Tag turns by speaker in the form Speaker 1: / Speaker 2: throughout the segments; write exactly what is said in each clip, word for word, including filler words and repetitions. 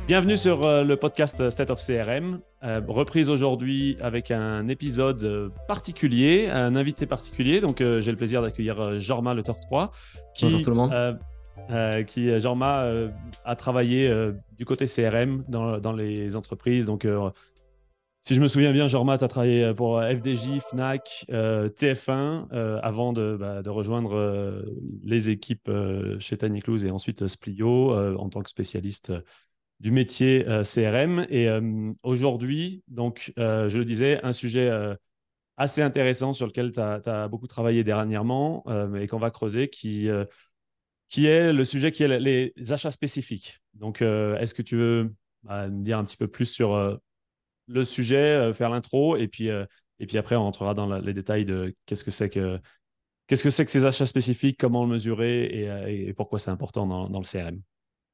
Speaker 1: Bienvenue sur euh, le podcast State of C R M, euh, reprise aujourd'hui avec un épisode euh, particulier, un invité particulier. Donc, euh, j'ai le plaisir d'accueillir euh, Jorma Le Tortroy,
Speaker 2: Bonjour tout
Speaker 1: qui,
Speaker 2: le monde.
Speaker 1: euh, euh, qui euh, Jorma euh, a travaillé euh, du côté C R M dans, dans les entreprises. Donc, euh, si je me souviens bien, Jorma, tu as travaillé pour F D J, Fnac, euh, T F un, euh, avant de, bah, de rejoindre euh, les équipes euh, chez Tiny Cloud et ensuite euh, Splio euh, en tant que spécialiste euh, du métier euh, C R M. Et euh, aujourd'hui, donc, euh, je le disais, un sujet euh, assez intéressant sur lequel tu as beaucoup travaillé dernièrement euh, et qu'on va creuser, qui, euh, qui est le sujet qui est les achats spécifiques. Donc, euh, est-ce que tu veux bah, me dire un petit peu plus sur euh, le sujet, euh, faire l'intro, et puis, euh, et puis après, on rentrera dans la- les détails de qu'est-ce que c'est que, qu'est-ce que c'est que ces achats spécifiques, comment le mesurer et, euh, et pourquoi c'est important dans, dans le C R M.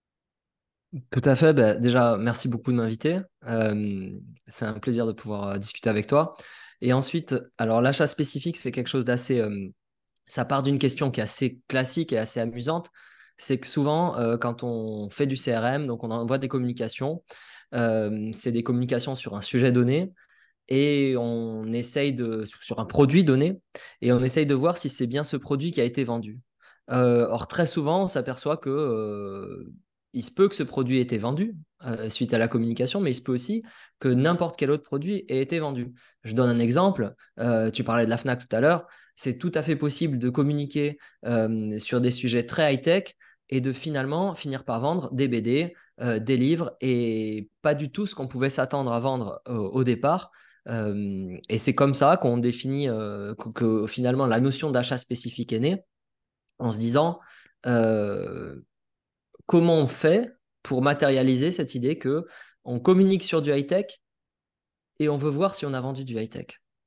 Speaker 2: Tout à fait. Bah, déjà, merci beaucoup de m'inviter. Euh, c'est un plaisir de pouvoir euh, discuter avec toi. Et ensuite, alors l'achat spécifique, c'est quelque chose d'assez. Euh, ça part d'une question qui est assez classique et assez amusante. C'est que souvent, euh, quand on fait du C R M, donc on envoie des communications, euh, c'est des communications sur un sujet donné et on essaye de sur un produit donné et on essaye de voir si c'est bien ce produit qui a été vendu. Euh, or très souvent, on s'aperçoit que euh, il se peut que ce produit ait été vendu euh, suite à la communication, mais il se peut aussi que n'importe quel autre produit ait été vendu. Je donne un exemple. Euh, tu parlais de la Fnac tout à l'heure. C'est tout à fait possible de communiquer euh, sur des sujets très high-tech et de finalement finir par vendre des B D, euh, des livres et pas du tout ce qu'on pouvait s'attendre à vendre euh, au départ. Euh, et c'est comme ça qu'on définit euh, que, que finalement la notion d'achat spécifique est née en se disant euh, comment on fait pour matérialiser cette idée que on communique sur du high-tech et on veut voir si on a vendu du high-tech.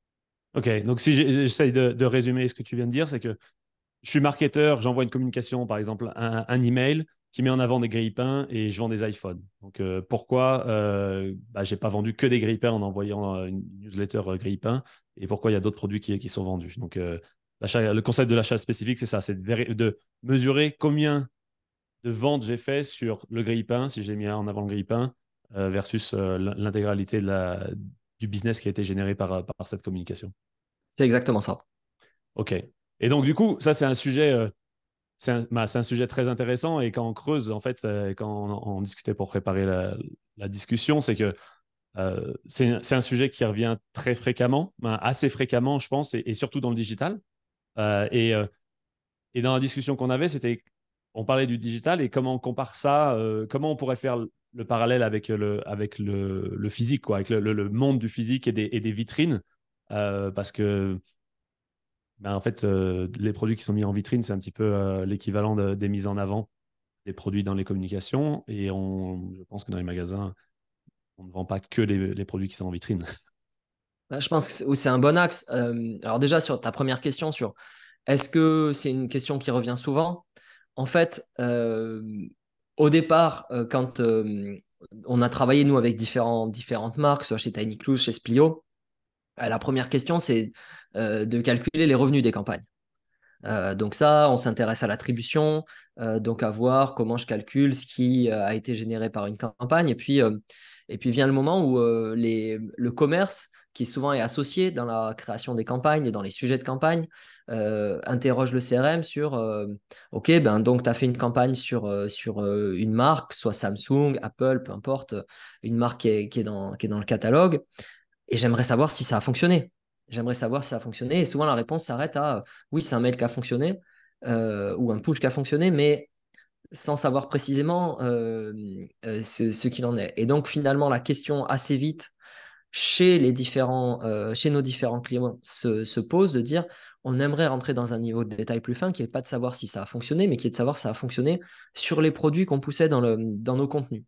Speaker 1: Ok, donc si j'ai- j'essaye de, de résumer ce que tu viens de dire, c'est que je suis marketeur, j'envoie une communication, par exemple un, un email qui met en avant des grille-pains et je vends des iPhones. Donc euh, pourquoi euh, bah, j'ai pas vendu que des grille-pains en envoyant euh, une newsletter euh, grille-pain, et pourquoi il y a d'autres produits qui, qui sont vendus. Donc euh, l'achat- le concept de l'achat spécifique, c'est ça, c'est de, véri- de mesurer combien de ventes j'ai fait sur le grille-pain, si j'ai mis en avant le grille-pain, euh, versus euh, l'intégralité de la, du business qui a été généré par, par cette communication.
Speaker 2: C'est exactement ça.
Speaker 1: OK. Et donc, du coup, ça, c'est un sujet, euh, c'est un, bah, c'est un sujet très intéressant. Et quand on creuse, en fait, euh, quand on, on discutait pour préparer la, la discussion, c'est que euh, c'est c'est un sujet qui revient très fréquemment, ben, assez fréquemment, je pense, et, et surtout dans le digital. Euh, et, euh, et dans la discussion qu'on avait, c'était, on parlait du digital et comment on compare ça, euh, comment on pourrait faire le, le parallèle avec le, avec le, le physique, quoi, avec le, le- le monde du physique et des, et des vitrines. Euh, parce que ben, en fait, euh, les produits qui sont mis en vitrine, c'est un petit peu euh, l'équivalent de- des mises en avant des produits dans les communications. Et on, je pense que dans les magasins, on ne vend pas que les, les produits qui sont en vitrine.
Speaker 2: Bah, Je pense que c'est c'est un bon axe. Euh, alors déjà sur ta première question sur est-ce que c'est une question qui revient souvent? En fait, euh, au départ, euh, quand euh, on a travaillé nous avec différents, différentes marques, soit chez Tiny Cloud, chez Splio, euh, la première question c'est euh, de calculer les revenus des campagnes. Euh, donc ça, on s'intéresse à l'attribution, euh, donc à voir comment je calcule ce qui euh, a été généré par une campagne. Et puis, euh, et puis vient le moment où euh, les, le commerce, qui souvent est associé dans la création des campagnes et dans les sujets de campagne, euh, interroge le C R M sur, euh, OK, ben, donc tu as fait une campagne sur, euh, sur euh, une marque, soit Samsung, Apple, peu importe, une marque qui est, qui est dans, qui est dans le catalogue. Et j'aimerais savoir si ça a fonctionné. J'aimerais savoir si ça a fonctionné. Et souvent, la réponse s'arrête à euh, oui, c'est un mail qui a fonctionné euh, ou un push qui a fonctionné, mais sans savoir précisément euh, euh, ce, ce qu'il en est. Et donc, finalement, la question assez vite chez les différents, euh, chez nos différents clients se, se pose de dire on aimerait rentrer dans un niveau de détail plus fin qui n'est pas de savoir si ça a fonctionné, mais qui est de savoir si ça a fonctionné sur les produits qu'on poussait dans, le, dans nos contenus.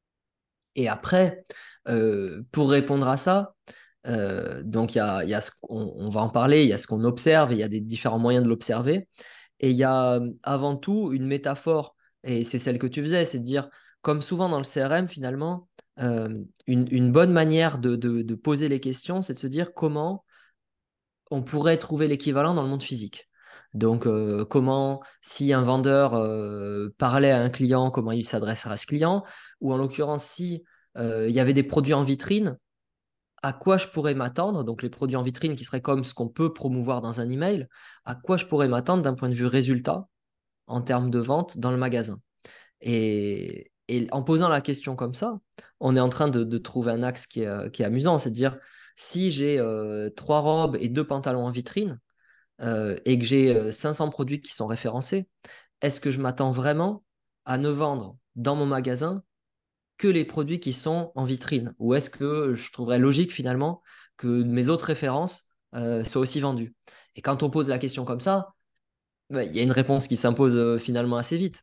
Speaker 2: Et après, euh, pour répondre à ça, euh, donc il y a, il y a ce qu'on, on va en parler, il y a ce qu'on observe, et il y a des différents moyens de l'observer. Et il y a euh, avant tout une métaphore, et c'est celle que tu faisais, c'est de dire, comme souvent dans le C R M, finalement, euh, une, une bonne manière de, de, de poser les questions, c'est de se dire comment on pourrait trouver l'équivalent dans le monde physique. Donc, euh, comment, si un vendeur euh, parlait à un client, comment il s'adresserait à ce client, ou en l'occurrence, si euh, il y avait des produits en vitrine, à quoi je pourrais m'attendre, donc les produits en vitrine qui seraient comme ce qu'on peut promouvoir dans un email, à quoi je pourrais m'attendre d'un point de vue résultat en termes de vente dans le magasin. Et, et en posant la question comme ça, on est en train de, de trouver un axe qui est, euh, qui est amusant, c'est de dire si j'ai euh, trois robes et deux pantalons en vitrine euh, et que j'ai euh, cinq cents produits qui sont référencés, est-ce que je m'attends vraiment à ne vendre dans mon magasin que les produits qui sont en vitrine? Ou est-ce que je trouverais logique finalement que mes autres références euh, soient aussi vendues? Et quand on pose la question comme ça, ouais, il y a une réponse qui s'impose euh, finalement assez vite.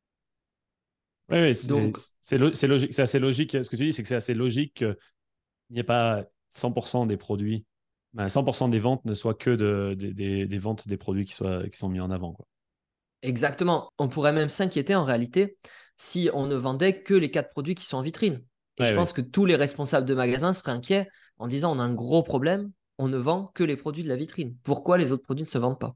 Speaker 1: Oui, oui, c'est
Speaker 2: Donc,
Speaker 1: c'est lo- c'est logique, c'est assez logique. Ce que tu dis, c'est que c'est assez logique qu'il n'y ait pas cent pour cent des produits, ben, cent pour cent des ventes ne soient que de, des des- des ventes des produits qui, soient, qui sont mis en avant, quoi.
Speaker 2: exactement. On pourrait même s'inquiéter en réalité si on ne vendait que les quatre produits qui sont en vitrine. Et
Speaker 1: Ouais,
Speaker 2: je pense
Speaker 1: ouais.
Speaker 2: que tous les responsables de magasins seraient inquiets en disant on a un gros problème, on ne vend que les produits de la vitrine. Pourquoi les autres produits ne se vendent pas?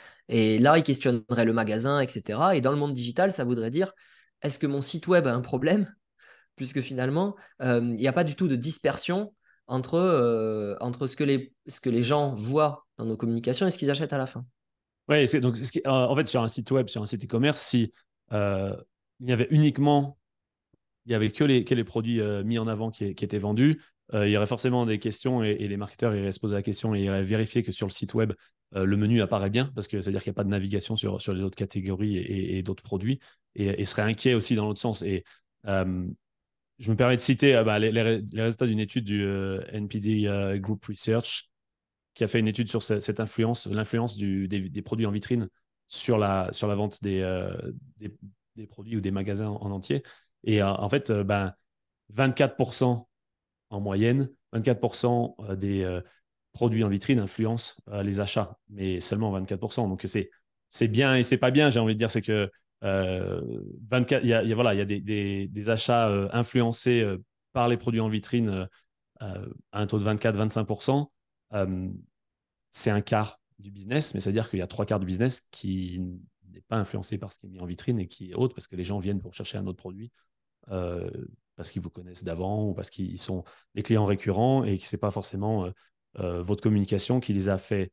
Speaker 2: Et là, ils questionneraient le magasin, et cetera. Et dans le monde digital, ça voudrait dire est-ce que mon site web a un problème? Puisque finalement, euh, il n'y a pas du tout de dispersion entre, euh, entre ce que les, ce que les gens voient dans nos communications et ce qu'ils achètent à la fin.
Speaker 1: Ouais, c'est- donc, ce qui- en fait, sur un site web, sur un site e-commerce, si euh, il y avait uniquement il y avait que les, que les produits euh, mis en avant qui, qui étaient vendus. Euh, il y aurait forcément des questions et, et les marketeurs iraient se poser la question et iraient vérifier que sur le site web, euh, le menu apparaît bien, parce que c'est-à-dire qu'il n'y a pas de navigation sur, sur les autres catégories et, et d'autres produits, et, et seraient inquiets aussi dans l'autre sens. Et euh, je me permets de citer euh, bah, les, les, les résultats d'une étude du euh, N P D euh, Group Research, qui a fait une étude sur ce- cette influence, l'influence du- des, des produits en vitrine sur la, sur la vente des, euh, des, des produits ou des magasins en, en entier. Et euh, en fait, euh, ben, vingt-quatre pour cent en moyenne, vingt-quatre pour cent des euh, produits en vitrine influencent euh, les achats, mais seulement vingt-quatre pour cent. Donc c'est c'est bien et c'est pas bien, j'ai envie de dire, c'est que euh, vingt-quatre, il y a, il y a- voilà, il y a des, des- des achats euh, influencés euh, par les produits en vitrine euh, euh, à un taux de vingt-quatre à vingt-cinq pour cent. Euh, c'est un quart du business, mais c'est-à-dire qu'il y a trois quarts du business qui n'est pas influencé par ce qui est mis en vitrine et qui est autre parce que les gens viennent pour chercher un autre produit euh, parce qu'ils vous connaissent d'avant ou parce qu'ils sont des clients récurrents et que ce n'est pas forcément euh, euh, votre communication qui les a fait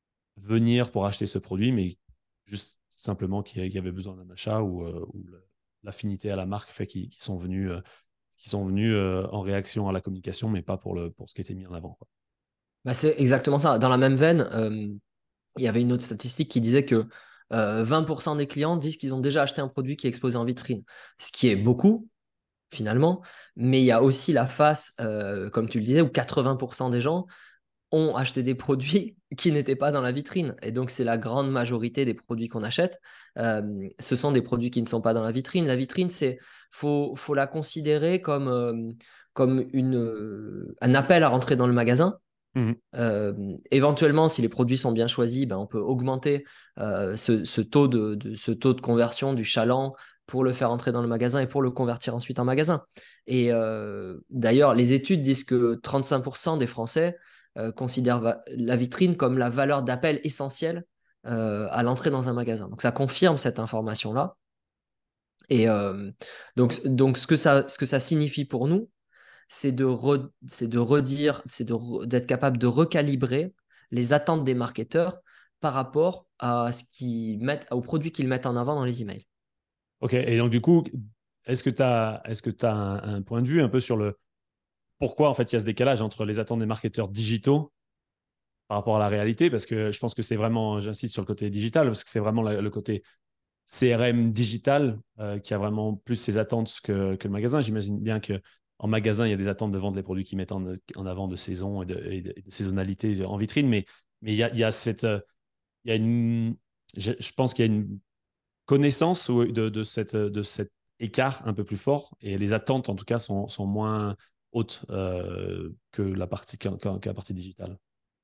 Speaker 1: venir pour acheter ce produit, mais juste simplement qu'il y avait besoin d'un achat ou, euh, ou l'affinité à la marque fait qu'ils qu'ils sont venus, euh, qu'ils sont venus euh, en réaction à la communication, mais pas pour, le, pour ce qui était mis en avant, quoi.
Speaker 2: Bah, c'est exactement ça. Dans la même veine, euh, il y avait une autre statistique qui disait que euh, vingt pour cent des clients disent qu'ils ont déjà acheté un produit qui est exposé en vitrine, ce qui est beaucoup finalement, mais il y a aussi la face, euh, comme tu le disais, où quatre-vingts pour cent des gens ont acheté des produits qui n'étaient pas dans la vitrine. Et donc, c'est la grande majorité des produits qu'on achète. Euh, ce sont des produits qui ne sont pas dans la vitrine. La vitrine, c'est faut, faut la considérer comme, euh, comme une, euh, un appel à rentrer dans le magasin.
Speaker 1: Mhm.
Speaker 2: Euh, éventuellement, si les produits sont bien choisis, ben, on peut augmenter euh, ce, ce taux de, de- ce taux de conversion du chaland pour le faire entrer dans le magasin et pour le convertir ensuite en magasin. Et euh, d'ailleurs, les études disent que trente-cinq pour cent des Français euh, considèrent va- la vitrine comme la valeur d'appel essentielle euh, à l'entrée dans un magasin. Donc ça confirme cette information-là. Et euh, donc, donc ce que ça, ce que ça signifie pour nous, c'est de, re- c'est de redire, c'est de re- d'être capable de recalibrer les attentes des marketeurs par rapport à ce qu'ils mettent, aux produits qu'ils mettent en avant dans les emails.
Speaker 1: Ok, et donc du coup, est-ce que tu as, est-ce que tu un, un point de vue un peu sur le pourquoi en fait il y a ce décalage entre les attentes des marketeurs digitaux par rapport à la réalité? Parce que je pense que c'est vraiment, j'insiste sur le côté digital, parce que c'est vraiment la- le côté C R M digital euh, qui a vraiment plus ses attentes que, que le magasin. J'imagine bien que en magasin, il y a des attentes de vendre les produits qui mettent en, en avant de saison et de, et de- et de saisonnalité en vitrine, mais, mais il y a, il y a cette, euh, il y a une, je, je pense qu'il y a une connaissance ou- de, de, cette, de cet écart un peu plus fort et les attentes en tout cas sont, sont moins hautes euh, que la partie, que, que- que la partie digitale.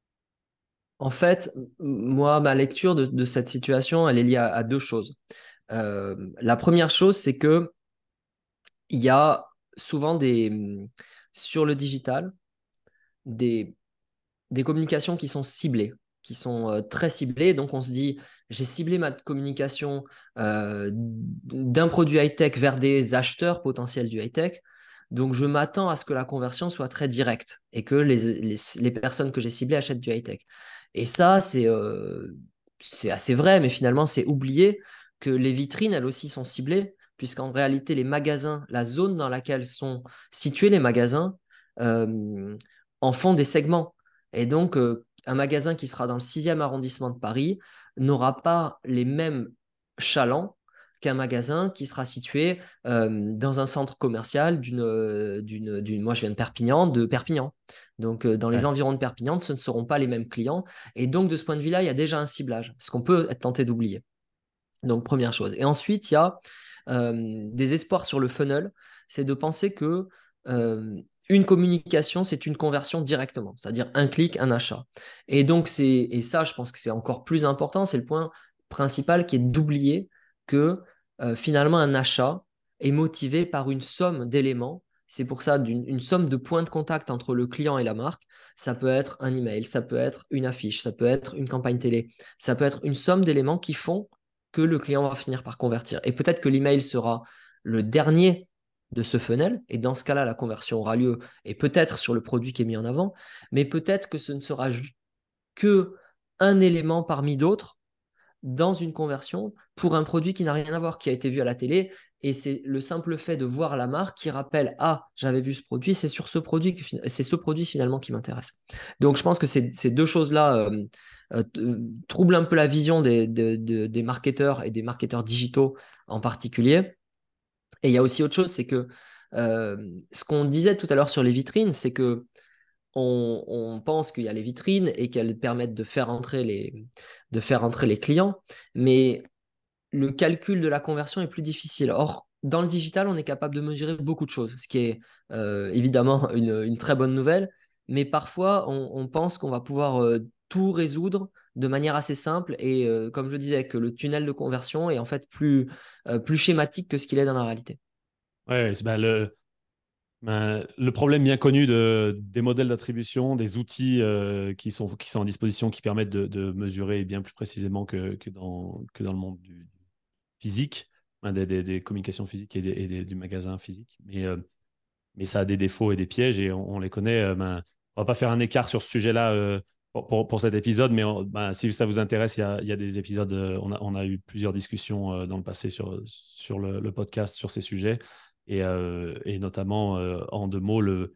Speaker 2: En fait, m- moi, ma lecture de, de cette situation, elle est liée à, à deux choses. Euh, la première chose, c'est que il y a souvent des, sur le digital, des, des communications qui sont ciblées. qui sont euh, très ciblés. Donc, on se dit, j'ai ciblé ma communication euh, d'un produit high-tech vers des acheteurs potentiels du high-tech. Donc, je m'attends à ce que la conversion soit très directe et que les, les, les personnes que j'ai ciblées achètent du high-tech. Et ça, c'est euh, c'est assez vrai, mais finalement, c'est oublié que les vitrines, elles aussi, sont ciblées, puisqu'en réalité, les magasins, la zone dans laquelle sont situés les magasins, euh, en font des segments. Et donc, euh, un magasin qui sera dans le sixième arrondissement de Paris n'aura pas les mêmes chalands qu'un magasin qui sera situé euh, dans un centre commercial d'une, euh, d'une, d'une, moi je viens de Perpignan, de Perpignan. Donc euh, dans les
Speaker 1: Ouais.
Speaker 2: environs de Perpignan, ce ne seront pas les mêmes clients. Et donc de ce point de vue-là, il y a déjà un ciblage, ce qu'on peut être tenté d'oublier. Donc première chose. Et ensuite, il y a euh, des espoirs sur le funnel, c'est de penser que euh, une communication, c'est une conversion directement, c'est-à-dire un clic, un achat. Et donc, c'est, et ça, je pense que c'est encore plus important, c'est le point principal qui est d'oublier que euh, finalement, un achat est motivé par une somme d'éléments. C'est pour ça d'une une somme de points de contact entre le client et la marque. Ça peut être un email, ça peut être une affiche, ça peut être une campagne télé, ça peut être une somme d'éléments qui font que le client va finir par convertir. Et peut-être que l'email sera le dernier de ce funnel, et dans ce cas-là, la conversion aura lieu, et peut-être sur le produit qui est mis en avant, mais peut-être que ce ne sera que un élément parmi d'autres dans une conversion pour un produit qui n'a rien à voir, qui a été vu à la télé, et c'est le simple fait de voir la marque qui rappelle, ah, j'avais vu ce produit, c'est sur ce produit que c'est ce produit finalement qui m'intéresse. Donc je pense que ces, ces deux choses-là euh, euh, troublent un peu la vision des, des, des, des marketeurs et des marketeurs digitaux en particulier. Et il y a aussi autre chose, c'est que euh, ce qu'on disait tout à l'heure sur les vitrines, c'est que on, on pense qu'il y a les vitrines et qu'elles permettent de faire entrer les, de faire entrer les clients, mais le calcul de la conversion est plus difficile. Or, dans le digital, on est capable de mesurer beaucoup de choses, ce qui est euh, évidemment une, une, très bonne nouvelle, mais parfois on, on pense qu'on va pouvoir euh, tout résoudre de manière assez simple et euh, comme je disais, que le tunnel de conversion est en fait plus, euh, plus schématique que ce qu'il est dans la réalité.
Speaker 1: Ouais, c'est- bah, le, ben, le problème bien connu de, des modèles d'attribution, des outils euh, qui sont, qui sont en disposition, qui permettent de, de mesurer bien plus précisément que, que dans, que dans le monde du, du physique, hein, des, des- des communications physiques et, des- et des- du magasin physique. Mais, euh, mais ça a des défauts et des pièges et on, on les connaît. Euh, ben, on va pas faire un écart sur ce sujet-là euh, pour, pour- pour cet épisode, mais on- ben, si ça vous intéresse, il y a, il y a des épisodes. Euh, on a, on a eu plusieurs discussions euh, dans le passé sur, sur le, le podcast sur ces sujets et, euh, et notamment euh, en deux mots le,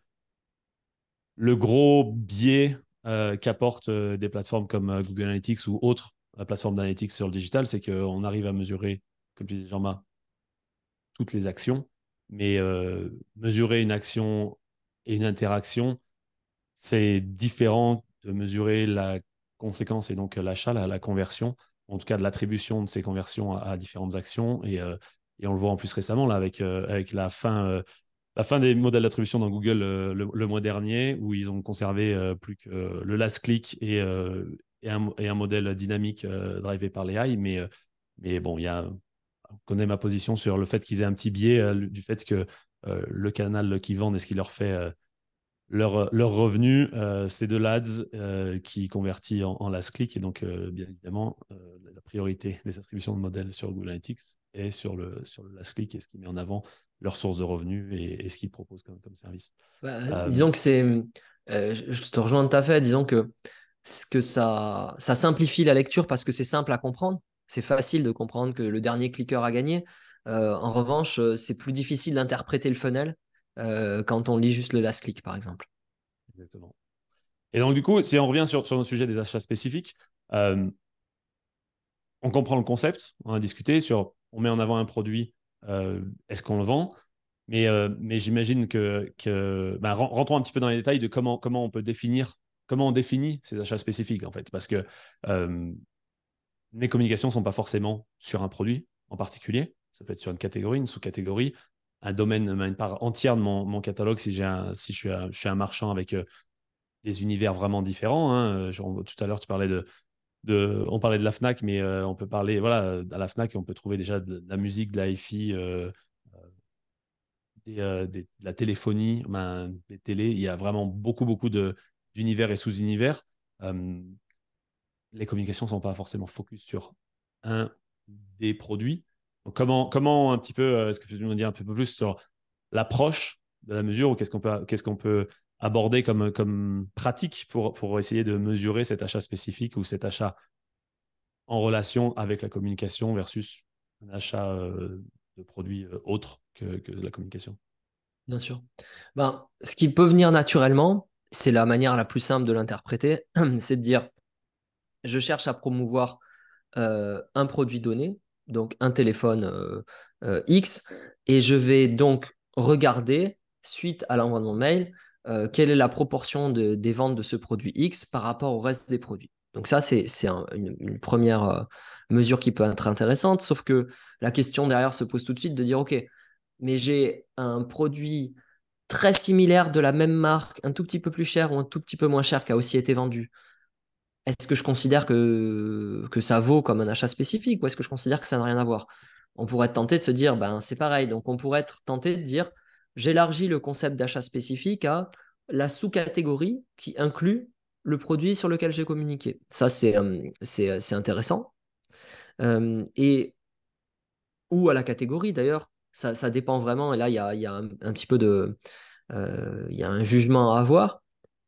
Speaker 1: le gros biais euh, qu'apportent euh, des plateformes comme euh, Google Analytics ou autres euh, plateformes d'analytics sur le digital, c'est qu'on arrive à mesurer, comme tu dis, Jean-Marc, toutes les actions, mais euh, mesurer une action et une interaction, c'est différent de mesurer la conséquence et donc l'achat, la, la conversion, en tout cas de l'attribution de ces conversions à, à différentes actions. Et, euh, et on le voit en plus récemment là, avec, euh, avec la fin, euh, la fin des modèles d'attribution dans Google euh, le, le mois dernier, où ils ont conservé euh, plus que le last click et, euh, et, un, et un modèle dynamique euh, drivé par l'A I. Mais, euh, mais bon, il y a, on connaît ma position sur le fait qu'ils aient un petit biais euh, du fait que euh, le canal qu'ils vendent et ce qui leur fait euh, leur, leur revenu, euh, c'est de l'Ads euh, qui convertit en, en last click. Et donc, euh, bien évidemment, euh, la priorité des attributions de modèles sur Google Analytics est sur le, sur le last click et ce qui met en avant leur source de revenus et, et ce qu'ils proposent comme, comme service.
Speaker 2: Bah,
Speaker 1: Euh,
Speaker 2: disons que c'est, euh, je te rejoins tout à fait, disons que, que ça, ça simplifie la lecture parce que c'est simple à comprendre. C'est facile de comprendre que le dernier cliqueur a gagné. Euh, en revanche, euh, c'est plus difficile d'interpréter le funnel euh, quand on lit juste le last click, par exemple.
Speaker 1: Exactement. Et donc, du coup, si on revient sur, sur le sujet des achats spécifiques, euh, on comprend le concept, on a discuté sur, on met en avant un produit, euh, est-ce qu'on le vend? Mais, euh, mais j'imagine que, que bah, rentrons un petit peu dans les détails de comment, comment on peut définir, comment on définit ces achats spécifiques, en fait. Parce que euh, mes communications ne sont pas forcément sur un produit en particulier. Ça peut être sur une catégorie, une sous-catégorie, un domaine, une part entière de mon, mon catalogue si, j'ai un, si je, suis un, je suis un marchand avec euh, des univers vraiment différents. Hein. Genre, tout à l'heure, tu parlais de, de, on parlait de la Fnac, mais euh, on peut parler, voilà, à la Fnac, on peut trouver déjà de, de la musique, de la hi-fi, euh, des, euh, des- de la téléphonie, ben, des télés. Il y a vraiment beaucoup, beaucoup de, d'univers et sous-univers. Euh, les communications ne sont pas forcément focus sur un des produits. Donc comment, comment un petit peu, euh, est-ce que tu peux nous dire un peu plus sur l'approche de la mesure ou qu'est-ce qu'on peut, qu'est-ce qu'on peut aborder comme, comme pratique pour, pour essayer de mesurer cet achat spécifique ou cet achat en relation avec la communication versus un achat euh, de produits euh, autres que, que la communication?
Speaker 2: Bien sûr. Ben, ce qui peut venir naturellement, c'est la manière la plus simple de l'interpréter, c'est de dire, je cherche à promouvoir euh, un produit donné, donc un téléphone euh, euh, X, et je vais donc regarder, suite à l'envoi de mon mail, euh, quelle est la proportion de- des ventes de ce produit X par rapport au reste des produits. Donc ça, c'est, c'est un- une, une première euh, mesure qui peut être intéressante, sauf que la question derrière se pose tout de suite de dire, OK, mais j'ai un produit très similaire de la même marque, un tout petit peu plus cher ou un tout petit peu moins cher qui a aussi été vendu. Est-ce que je considère que, que ça vaut comme un achat spécifique ou est-ce que je considère que ça n'a rien à voir? On pourrait être tenté de se dire, ben, c'est pareil. Donc, on pourrait être tenté de dire, j'élargis le concept d'achat spécifique à la sous-catégorie qui inclut le produit sur lequel j'ai communiqué. Ça, c'est euh, c'est, c'est intéressant. Euh, et ou à la catégorie d'ailleurs, ça, ça dépend vraiment. Et là, il y a, il y a un, un petit peu de, euh, il y a un jugement à avoir.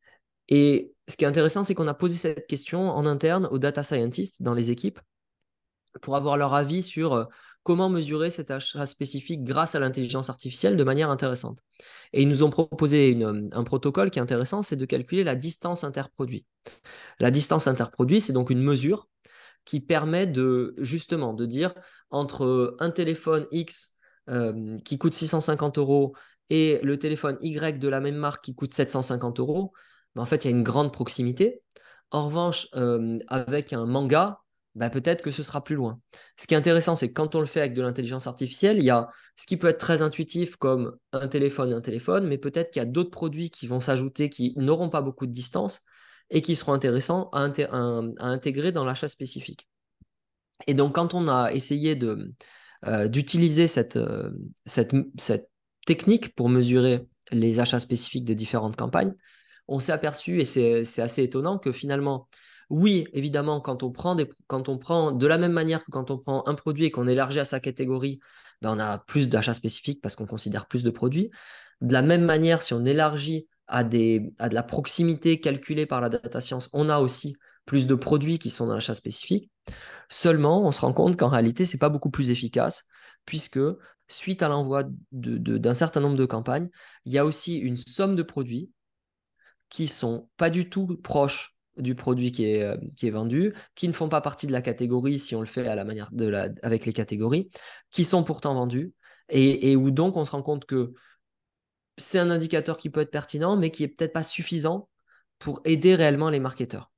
Speaker 2: Et ce qui est intéressant, c'est qu'on a posé cette question en interne aux data scientists dans les équipes pour avoir leur avis sur euh, comment mesurer cet achat spécifique grâce à l'intelligence artificielle de manière intéressante. Et ils nous ont proposé une, euh, un protocole qui est intéressant, c'est de calculer la distance interproduit. La distance interproduit, c'est donc une mesure qui permet de justement de dire entre un téléphone X euh, qui coûte six cent cinquante euros et le téléphone Y de la même marque qui coûte sept cent cinquante euros, ben, en fait, il y a une grande proximité. En revanche, euh, avec un manga, ben, peut-être que ce sera plus loin. Ce qui est intéressant, c'est que quand on le fait avec de l'intelligence artificielle, il y a ce qui peut être très intuitif comme un téléphone et un téléphone, mais peut-être qu'il y a d'autres produits qui vont s'ajouter qui n'auront pas beaucoup de distance et qui seront intéressants à, inté- à- à intégrer dans l'achat spécifique. Et donc, quand on a essayé de, euh, d'utiliser cette, euh, cette, cette technique pour mesurer les achats spécifiques de différentes campagnes, on s'est aperçu, et c'est, c'est assez étonnant, que finalement, oui, évidemment, quand on prend des, quand on prend de la même manière que quand on prend un produit et qu'on élargit à sa catégorie, ben on a plus d'achats spécifiques parce qu'on considère plus de produits. De la même manière, si on élargit à, des, à de la proximité calculée par la data science, on a aussi plus de produits qui sont dans l'achat spécifique. Seulement, on se rend compte qu'en réalité, c'est pas beaucoup plus efficace, puisque suite à l'envoi de- de- d'un certain nombre de campagnes, il y a aussi une somme de produits qui sont pas du tout proches du produit qui est, euh, qui est vendu, qui ne font pas partie de la catégorie si on le fait à la manière de la, avec les catégories, qui sont pourtant vendus, et, et où donc on se rend compte que c'est un indicateur qui peut être pertinent, mais qui est peut-être pas suffisant pour aider réellement les marketeurs.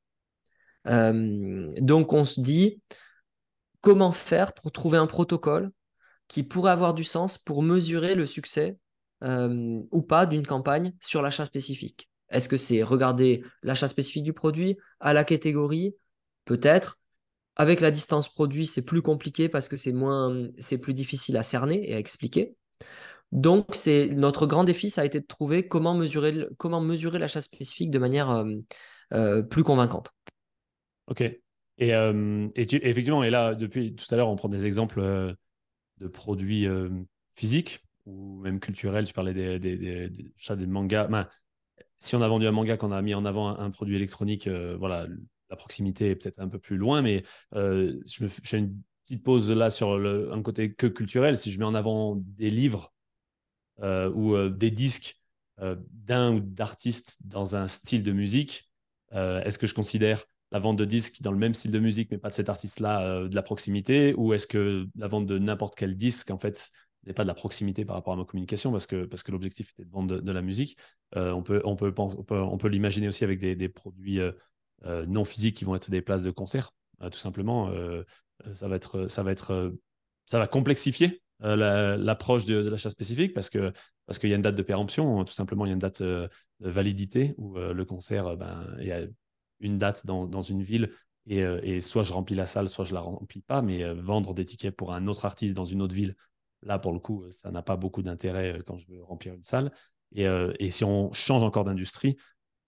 Speaker 2: Euh, donc on se dit, comment faire pour trouver un protocole qui pourrait avoir du sens pour mesurer le succès euh, ou pas d'une campagne sur l'achat spécifique. Est-ce que c'est regarder l'achat spécifique du produit à la catégorie? Peut-être. Avec la distance produit, c'est plus compliqué parce que c'est moins, c'est plus difficile à cerner et à expliquer. Donc, c'est notre grand défi, ça a été de trouver comment mesurer, le- comment mesurer l'achat spécifique de manière euh, euh, plus convaincante.
Speaker 1: Ok. Et, euh, et tu- effectivement, et là, depuis tout à l'heure, on prend des exemples euh, de produits euh, physiques ou même culturels. Tu parlais des, des, des, des, ça, des mangas. Ben, si on a vendu un manga, qu'on a mis en avant un, un produit électronique, euh, voilà, la proximité est peut-être un peu plus loin, mais euh, je, me, f- je fais une petite pause là sur le, un côté que culturel. Si je mets en avant des livres euh, ou euh, des disques euh, d'un ou d'artistes dans un style de musique, euh, est-ce que je considère la vente de disques dans le même style de musique, mais pas de cet artiste-là, euh, de la proximité, ou est-ce que la vente de n'importe quel disque, en fait, n'est pas de la proximité par rapport à ma communication, parce que, parce que l'objectif était de vendre de, de la musique. Euh, on peut, on peut, pense- on peut, on peut l'imaginer aussi avec des, des produits euh, euh, non physiques qui vont être des places de concert, euh, tout simplement. Euh, euh, ça va être, ça va être, euh, ça va complexifier euh, la- l'approche de, de l'achat spécifique parce que parce qu'il y a une date de péremption, tout simplement, il y a une date euh, de validité où euh, le concert, euh, ben, il y a une date dans, dans une ville et, euh, et soit je remplis la salle, soit je la remplis pas, mais euh, vendre des tickets pour un autre artiste dans une autre ville, là, pour le coup, euh, ça n'a pas beaucoup d'intérêt euh, quand je veux remplir une salle. Et, euh, et si on change encore d'industrie,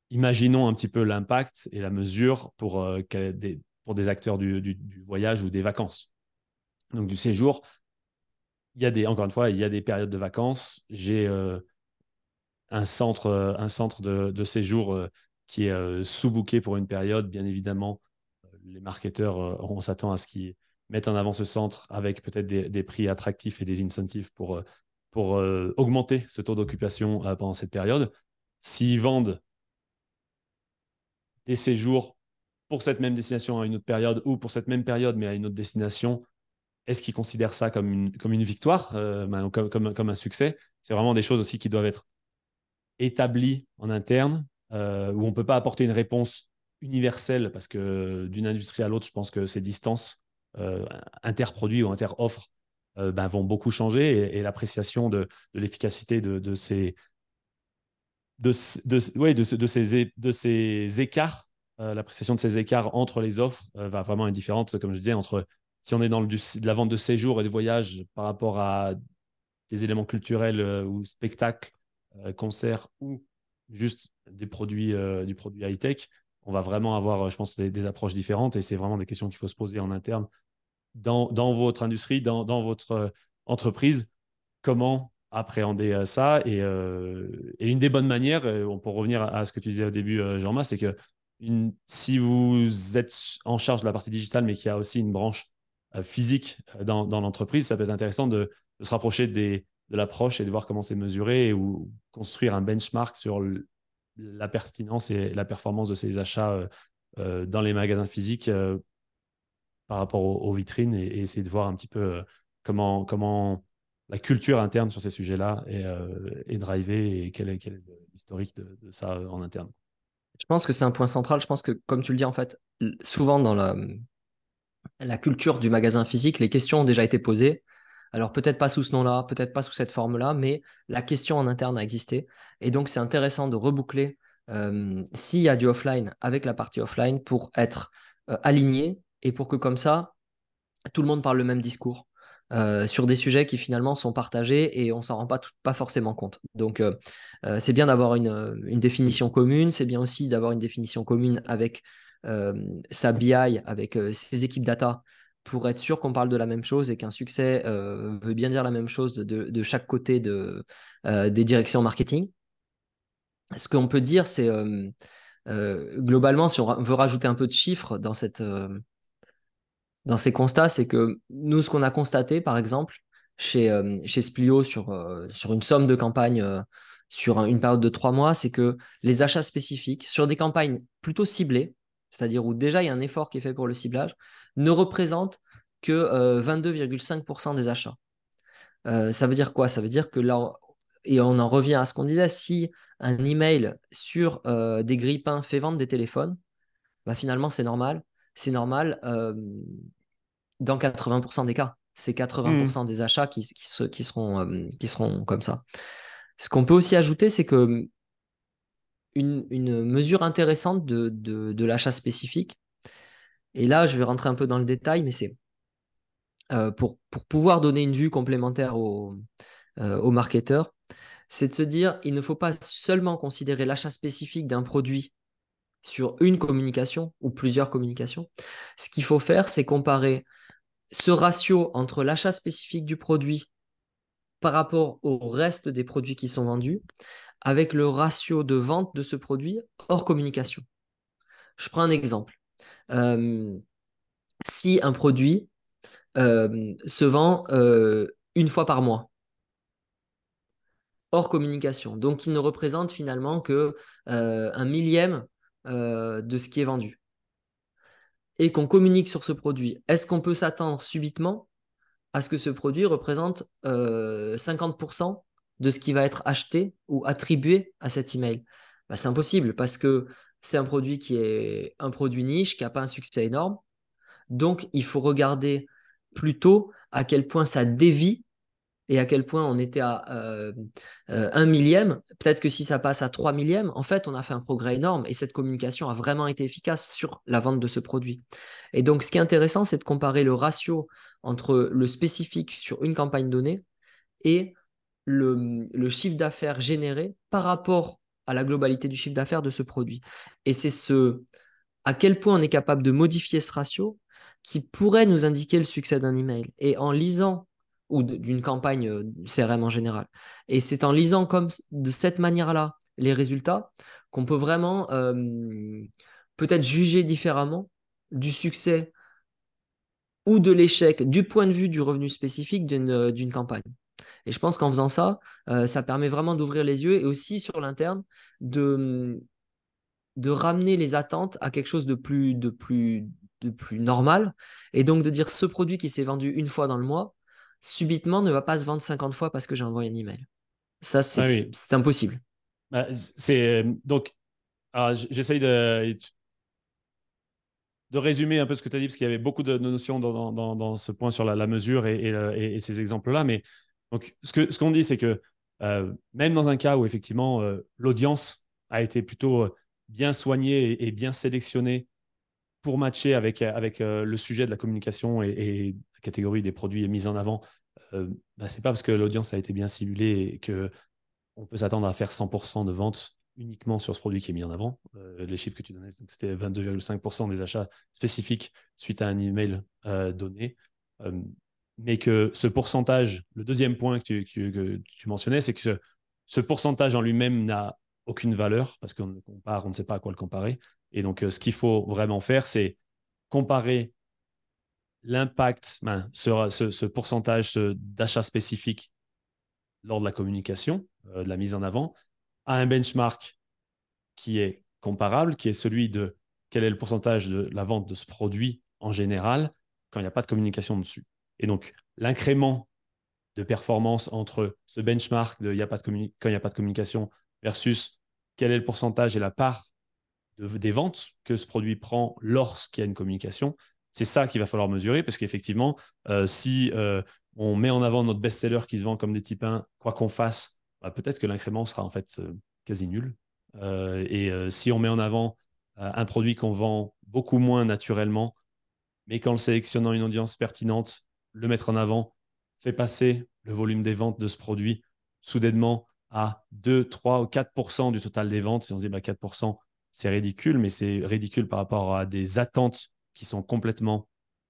Speaker 1: imaginons un petit peu l'impact et la mesure pour, euh, des, pour des acteurs du, du, du voyage ou des vacances. Donc du séjour, il y a des, encore une fois, il y a des périodes de vacances. J'ai euh, un centre, euh, un centre de, de séjour euh, qui est euh, sous-booké pour une période. Bien évidemment, euh, les marketeurs, euh, on s'attend à ce qu'ils mettent en avant ce centre avec peut-être des, des prix attractifs et des incentives pour, euh, pour euh, augmenter ce taux d'occupation euh, pendant cette période. S'ils vendent des séjours pour cette même destination à une autre période ou pour cette même période mais à une autre destination, est-ce qu'ils considèrent ça comme une, comme une victoire, euh, ben, comme, comme, comme un succès? C'est vraiment des choses aussi qui doivent être établies en interne, euh, où on ne peut pas apporter une réponse universelle parce que d'une industrie à l'autre, je pense que ces distances euh, interproduits ou inter-offres euh, ben, vont beaucoup changer et, et l'appréciation de, de l'efficacité de, de ces, de, de, ouais, de, de, ces, de ces écarts, euh, l'appréciation de ces écarts entre les offres euh, va vraiment être différente, comme je disais, entre si on est dans le, du, de la vente de séjour et de voyage par rapport à des éléments culturels euh, ou spectacles, euh, concerts ou juste des produits, euh, du produit high-tech, on va vraiment avoir, je pense, des, des approches différentes et c'est vraiment des questions qu'il faut se poser en interne dans, dans votre industrie, dans, dans votre euh, entreprise, comment appréhender euh, ça. Et, euh, et une des bonnes manières, euh, on peut revenir à, à ce que tu disais au début, euh, Jean-Marc, c'est que une, si vous êtes en charge de la partie digitale, mais qu'il y a aussi une branche euh, physique euh, dans, dans l'entreprise, ça peut être intéressant de, de se rapprocher des, de l'approche et de voir comment c'est mesuré et, ou construire un benchmark sur le- la pertinence et la performance de ces achats euh, euh, dans les magasins physiques euh, par rapport aux, aux vitrines et, et essayer de voir un petit peu euh, comment, comment la culture interne sur ces sujets-là est, euh, est drivée et quel est, quel est l'historique de, de ça euh, en interne.
Speaker 2: Je pense que c'est un point central. Je pense que, comme tu le dis, en fait, l- souvent dans la, la culture du magasin physique, les questions ont déjà été posées. Alors peut-être pas sous ce nom-là, peut-être pas sous cette forme-là, mais la question en interne a existé. Et donc c'est intéressant de reboucler euh, s'il y a du offline avec la partie offline pour être euh, aligné et pour que comme ça, tout le monde parle le même discours euh, sur des sujets qui finalement sont partagés et on s'en rend pas, tout- pas forcément compte. Donc euh, euh, c'est bien d'avoir une, euh, une définition commune, c'est bien aussi d'avoir une définition commune avec euh, sa B I, avec euh, ses équipes data, pour être sûr qu'on parle de la même chose et qu'un succès euh, veut bien dire la même chose de, de chaque côté de, euh, des directions marketing. Ce qu'on peut dire, c'est euh, euh, globalement, si on ra- veut rajouter un peu de chiffres dans cette, euh, dans ces constats, c'est que nous, ce qu'on a constaté, par exemple, chez, euh, chez Splio sur, euh, sur une somme de campagne euh, sur un- une période de trois mois, c'est que les achats spécifiques sur des campagnes plutôt ciblées, c'est-à-dire où déjà il y a un effort qui est fait pour le ciblage, ne représentent que euh, vingt-deux virgule cinq pour cent des achats. Euh, ça veut dire quoi? Ça veut dire que là, et on en revient à ce qu'on disait, si un email sur euh, des grippins fait vendre des téléphones, bah finalement c'est normal. C'est normal. Euh, dans quatre-vingts pour cent des cas. C'est
Speaker 1: Hmm.
Speaker 2: quatre-vingts pour cent des achats qui, qui, se- qui seront, euh, qui seront comme ça. Ce qu'on peut aussi ajouter, c'est que une, une mesure intéressante de, de, de l'achat spécifique, et là je vais rentrer un peu dans le détail, mais c'est euh, pour, pour pouvoir donner une vue complémentaire aux, euh, aux marketeurs, c'est de se dire, il ne faut pas seulement considérer l'achat spécifique d'un produit sur une communication ou plusieurs communications. Ce qu'il faut faire, c'est comparer ce ratio entre l'achat spécifique du produit par rapport au reste des produits qui sont vendus, avec le ratio de vente de ce produit hors communication. Je prends un exemple. Euh, si un produit euh, se vend euh, une fois par mois, hors communication, donc il ne représente finalement que euh, un millième euh, de ce qui est vendu, et qu'on communique sur ce produit, est-ce qu'on peut s'attendre subitement à ce que ce produit représente euh, cinquante pour cent de ce qui va être acheté ou attribué à cet email? Bah, c'est impossible parce que c'est un produit qui est un produit niche, qui n'a pas un succès énorme. Donc, il faut regarder plutôt à quel point ça dévie et à quel point on était à euh, euh, un millième. Peut-être que si ça passe à trois millièmes, en fait, on a fait un progrès énorme et cette communication a vraiment été efficace sur la vente de ce produit. Et donc, ce qui est intéressant, c'est de comparer le ratio entre le spécifique sur une campagne donnée et le, le chiffre d'affaires généré par rapport à la globalité du chiffre d'affaires de ce produit. Et c'est ce, à quel point on est capable de modifier ce ratio qui pourrait nous indiquer le succès d'un email. Et en lisant, ou de- d'une campagne euh, C R M en général, et c'est en lisant comme de cette manière-là les résultats qu'on peut vraiment euh, peut-être juger différemment du succès ou de l'échec du point de vue du revenu spécifique d'une euh, d'une campagne. Et je pense qu'en faisant ça, euh, ça permet vraiment d'ouvrir les yeux et aussi sur l'interne de, de ramener les attentes à quelque chose de plus, de plus, de plus normal. Et donc de dire ce produit qui s'est vendu une fois dans le mois, subitement ne va pas se vendre cinquante fois parce que j'ai envoyé un email. Ça,
Speaker 1: Ah
Speaker 2: c'est
Speaker 1: oui.
Speaker 2: c'est impossible.
Speaker 1: Bah, c'est donc, alors, j- j'essaye de, de résumer un peu ce que tu as dit, parce qu'il y avait beaucoup de, de notions dans, dans- dans- dans ce point sur la, la mesure et, et, le- et- et ces exemples-là. Mais donc, ce que, ce qu'on dit, c'est que euh, même dans un cas où effectivement euh, l'audience a été plutôt euh, bien soignée et, et bien sélectionnée pour matcher avec, avec euh, le sujet de la communication et, et la catégorie des produits mise en avant, euh, bah, c'est pas parce que l'audience a été bien ciblée et que on peut s'attendre à faire cent pour cent de ventes uniquement sur ce produit qui est mis en avant. Euh, les chiffres que tu donnais, donc c'était vingt-deux virgule cinq pour cent des achats spécifiques suite à un email euh, donné. Euh, mais que ce pourcentage, le deuxième point que tu, que, que tu mentionnais, c'est que ce, ce pourcentage en lui-même n'a aucune valeur parce qu'on ne compare, on ne sait pas à quoi le comparer. Et donc, euh, ce qu'il faut vraiment faire, c'est comparer l'impact, ben, ce, ce, ce pourcentage ce, d'achats spécifiques lors de la communication, euh, de la mise en avant, à un benchmark qui est comparable, qui est celui de quel est le pourcentage de la vente de ce produit en général quand il n'y a pas de communication dessus. Et donc, l'incrément de performance entre ce benchmark de y a pas de communi- quand il n'y a pas de communication versus quel est le pourcentage et la part de, des ventes que ce produit prend lorsqu'il y a une communication, c'est ça qu'il va falloir mesurer parce qu'effectivement, euh, si euh, on met en avant notre best-seller qui se vend comme des petits pains, quoi qu'on fasse, bah, peut-être que l'incrément sera en fait euh, quasi nul. Euh, et euh, si on met en avant euh, un produit qu'on vend beaucoup moins naturellement, mais qu'en le sélectionnant une audience pertinente, le mettre en avant, fait passer le volume des ventes de ce produit soudainement à deux, trois ou quatre pour cent du total des ventes. Si on se dit bah, quatre pour cent, c'est ridicule, mais c'est ridicule par rapport à des attentes qui sont complètement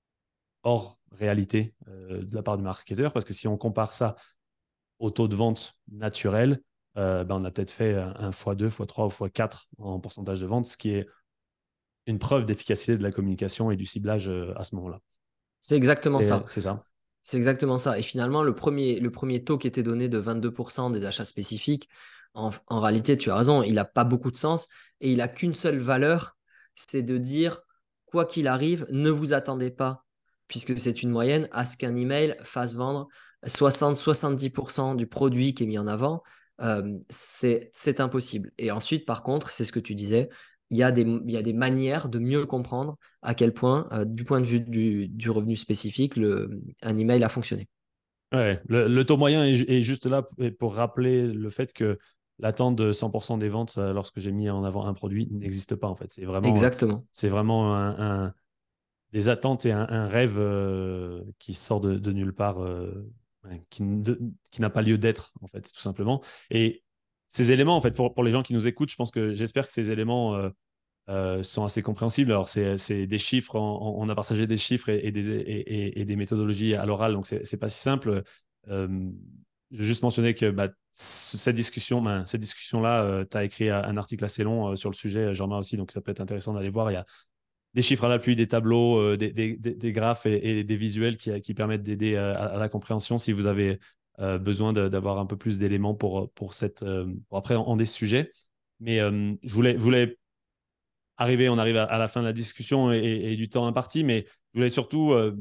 Speaker 1: hors réalité euh, de la part du marketeur, parce que si on compare ça au taux de vente naturel, euh, ben on a peut-être fait un, un fois deux, fois trois ou fois quatre en pourcentage de vente, ce qui est une preuve d'efficacité de la communication et du ciblage euh, à ce moment-là.
Speaker 2: C'est exactement ça.
Speaker 1: C'est c'est ça.
Speaker 2: C'est exactement ça. Et finalement, le premier, le premier taux qui était donné de vingt-deux pour cent des achats spécifiques, en, en réalité, tu as raison, il n'a pas beaucoup de sens et il n'a qu'une seule valeur, c'est de dire, quoi qu'il arrive, ne vous attendez pas, puisque c'est une moyenne, à ce qu'un email fasse vendre soixante à soixante-dix pour cent du produit qui est mis en avant. Euh, c'est, c'est impossible. Et ensuite, par contre, c'est ce que tu disais, il y a des, il y a des manières de mieux comprendre à quel point, euh, du point de vue du, du revenu spécifique, le, un email a fonctionné.
Speaker 1: Ouais, le, le taux moyen est, est juste là pour rappeler le fait que l'attente de cent pour cent des ventes euh, lorsque j'ai mis en avant un produit n'existe pas en fait. C'est vraiment, euh,
Speaker 2: Exactement.
Speaker 1: c'est vraiment un, un- des attentes et un, un rêve euh, qui sort de, de nulle part, euh, ouais, qui, n- de- qui n'a pas lieu d'être en fait, tout simplement. Et ces éléments, en fait, pour, pour les gens qui nous écoutent, je pense que j'espère que ces éléments euh, euh, sont assez compréhensibles. Alors, c'est c'est des chiffres, on, on a partagé des chiffres et, et des, et, et- et des méthodologies à l'oral, donc c'est c'est pas si simple. Euh, je vais juste mentionner que bah, c- cette discussion, ben, cette discussion-là, tu as écrit un un article assez long euh, sur le sujet, Jean-Marc aussi, donc ça peut être intéressant d'aller voir. Il y a des chiffres à l'appui, des tableaux, euh, des, des- des- des graphes et, et des visuels qui, qui permettent d'aider euh, à, à la compréhension si vous avez euh, besoin de- d'avoir un peu plus d'éléments pour, pour, cette, euh, pour après en, en des sujets. Mais euh, je voulais, voulais arriver, on arrive à, à la fin de la discussion et, et du temps imparti, mais je voulais surtout euh,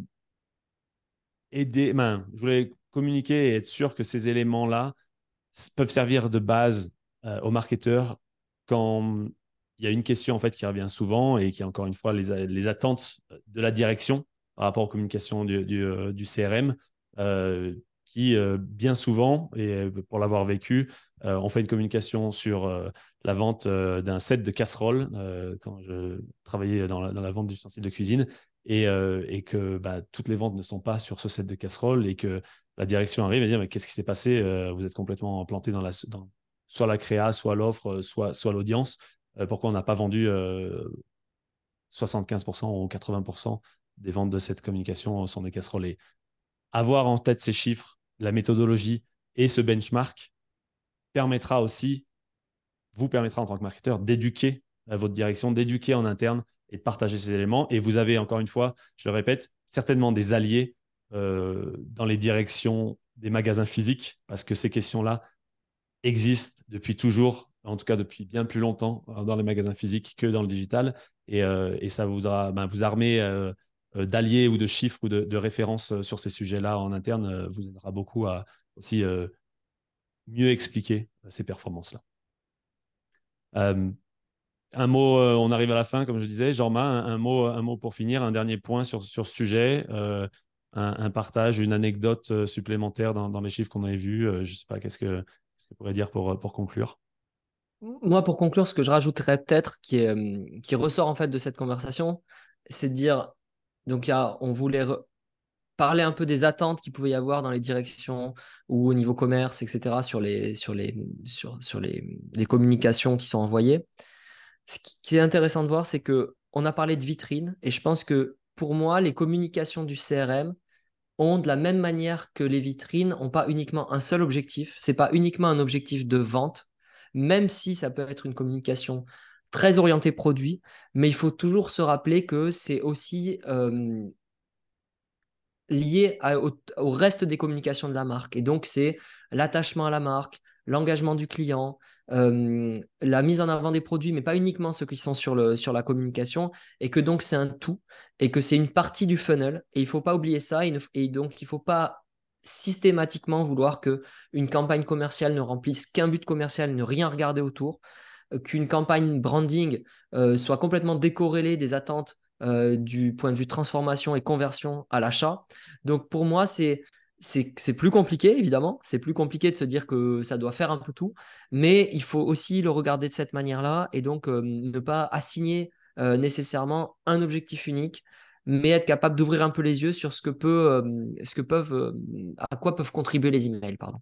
Speaker 1: aider, ben, je voulais communiquer et être sûr que ces éléments-là s- peuvent servir de base euh, aux marketeurs quand il y a une question en fait qui revient souvent et qui est encore une fois les, les attentes de la direction par rapport aux communications du, du, euh, du C R M euh, qui euh, bien souvent, et euh, pour l'avoir vécu, euh, on fait une communication sur euh, la vente euh, d'un set de casseroles euh, quand je travaillais dans la, dans la vente d'ustensiles de cuisine et, euh, et que bah, toutes les ventes ne sont pas sur ce set de casseroles et que la direction arrive et dit mais qu'est-ce qui s'est passé? Euh, vous êtes complètement planté dans la, dans, soit la créa, soit l'offre, soit, soit l'audience. Euh, pourquoi on n'a pas vendu euh, soixante-quinze pour cent ou quatre-vingts pour cent des ventes de cette communication sont des casseroles. Et avoir en tête ces chiffres, la méthodologie et ce benchmark permettra aussi, vous permettra en tant que marketeur d'éduquer à votre direction, d'éduquer en interne et de partager ces éléments. Et vous avez, encore une fois, je le répète, certainement des alliés euh, dans les directions des magasins physiques, parce que ces questions-là existent depuis toujours, en tout cas depuis bien plus longtemps dans les magasins physiques que dans le digital. Et, euh, et ça vous, a, ben, vous armer euh, euh, d'alliés ou de chiffres ou de, de références sur ces sujets-là en interne euh, vous aidera beaucoup à aussi euh, mieux expliquer ces performances-là. Euh, un mot, euh, on arrive à la fin, comme je disais. Jorma, un, un, mot, un mot pour finir, un dernier point sur, sur ce sujet, euh, un, un, partage, une anecdote euh, supplémentaire dans, dans les chiffres qu'on avait vus. Euh, je ne sais pas, qu'est-ce que, qu'est-ce que tu pourrais dire pour, pour conclure?
Speaker 2: Moi, pour conclure, ce que je rajouterais peut-être, qui, est, euh, qui ressort en fait de cette conversation, c'est de dire, donc il y a, on voulait re- parler un peu des attentes qu'il pouvait y avoir dans les directions ou au niveau commerce, et cetera, sur les, sur les, sur, sur les, les communications qui sont envoyées. Ce qui qui est intéressant de voir, c'est que on a parlé de vitrine, et je pense que pour moi, les communications du C R M ont de la même manière que les vitrines, n'ont pas uniquement un seul objectif. C'est pas uniquement un objectif de vente, même si ça peut être une communication très orientée produit, mais il faut toujours se rappeler que c'est aussi euh, lié à- au, au reste des communications de la marque. Et donc, c'est l'attachement à la marque, l'engagement du client, euh, la mise en avant des produits, mais pas uniquement ceux qui sont sur, le, sur la communication, et que donc c'est un tout, et que c'est une partie du funnel, et il ne faut pas oublier ça, et, ne- et donc il ne faut pas systématiquement vouloir que une campagne commerciale ne remplisse qu'un but commercial, ne rien regarder autour, euh, qu'une campagne branding euh, soit complètement décorrélée des attentes euh, du point de vue transformation et conversion à l'achat. Donc pour moi, c'est c'est c'est plus compliqué, évidemment. C'est plus compliqué de se dire que ça doit faire un peu tout, mais il faut aussi le regarder de cette manière-là et donc euh, ne pas assigner euh, nécessairement un objectif unique, mais être capable d'ouvrir un peu les yeux sur ce que peut, euh, ce que peuvent, euh, à quoi peuvent contribuer les emails, pardon.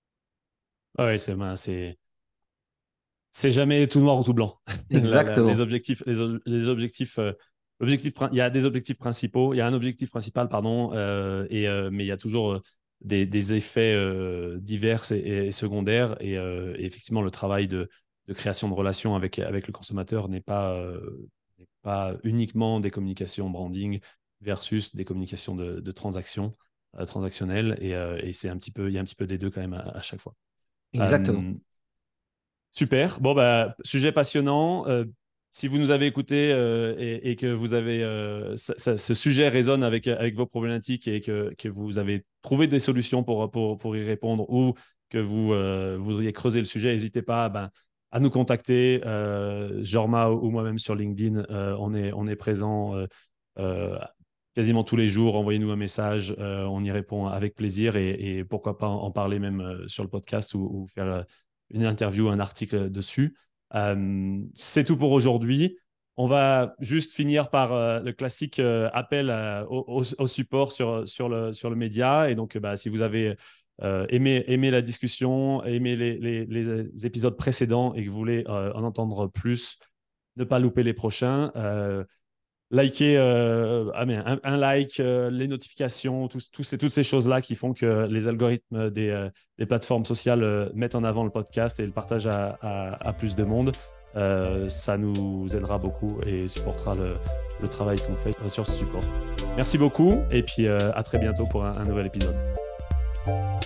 Speaker 1: Ah ouais, c'est, ben, c'est, c'est jamais tout noir ou tout blanc. La- la- les
Speaker 2: Exactement.
Speaker 1: objectifs, les, o- les objectifs, euh, l'objectif prin- il y a des objectifs principaux, il y a un objectif principal, pardon, euh, et, euh, mais il y a toujours euh, des, des effets euh, divers et, et secondaires. Et, euh, et effectivement, le travail de, de création de relations avec, avec le consommateur n'est pas, euh, n'est pas uniquement des communications branding versus des communications de, de transactions euh, transactionnelles. Et, euh, et c'est un petit peu, il y a un petit peu des deux quand même à, à chaque fois.
Speaker 2: Exactement.
Speaker 1: Euh, Super. Bon, bah, sujet passionnant. Euh, si vous nous avez écoutés euh, et, et que vous avez euh, ça- ça- ce sujet résonne avec, avec vos problématiques et que, que vous avez trouvé des solutions pour, pour, pour y répondre ou que vous euh, voudriez creuser le sujet, n'hésitez pas ben, à nous contacter. Euh, Jorma ou moi-même sur LinkedIn, euh, on est, on est présent euh, euh, quasiment tous les jours. Envoyez-nous un message, euh, on y répond avec plaisir et, et pourquoi pas en, en parler même euh, sur le podcast ou, ou faire euh, une interview, un article dessus. Euh, c'est tout pour aujourd'hui. On va juste finir par euh, le classique euh, appel euh, au, au, au support sur, sur, le, sur le média. Et donc, bah, si vous avez euh, aimé, aimé la discussion, aimé les, les, les épisodes précédents et que vous voulez euh, en entendre plus, ne pas louper les prochains, euh, liker, euh, ah, mais un, un like, euh, les notifications, tous, tous ces, toutes ces choses-là qui font que les algorithmes des, euh, des plateformes sociales euh, mettent en avant le podcast et le partagent à, à- à plus de monde. Euh, ça nous aidera beaucoup et supportera le, le travail qu'on fait euh, sur ce support. Merci beaucoup et puis euh, à très bientôt pour un un nouvel épisode.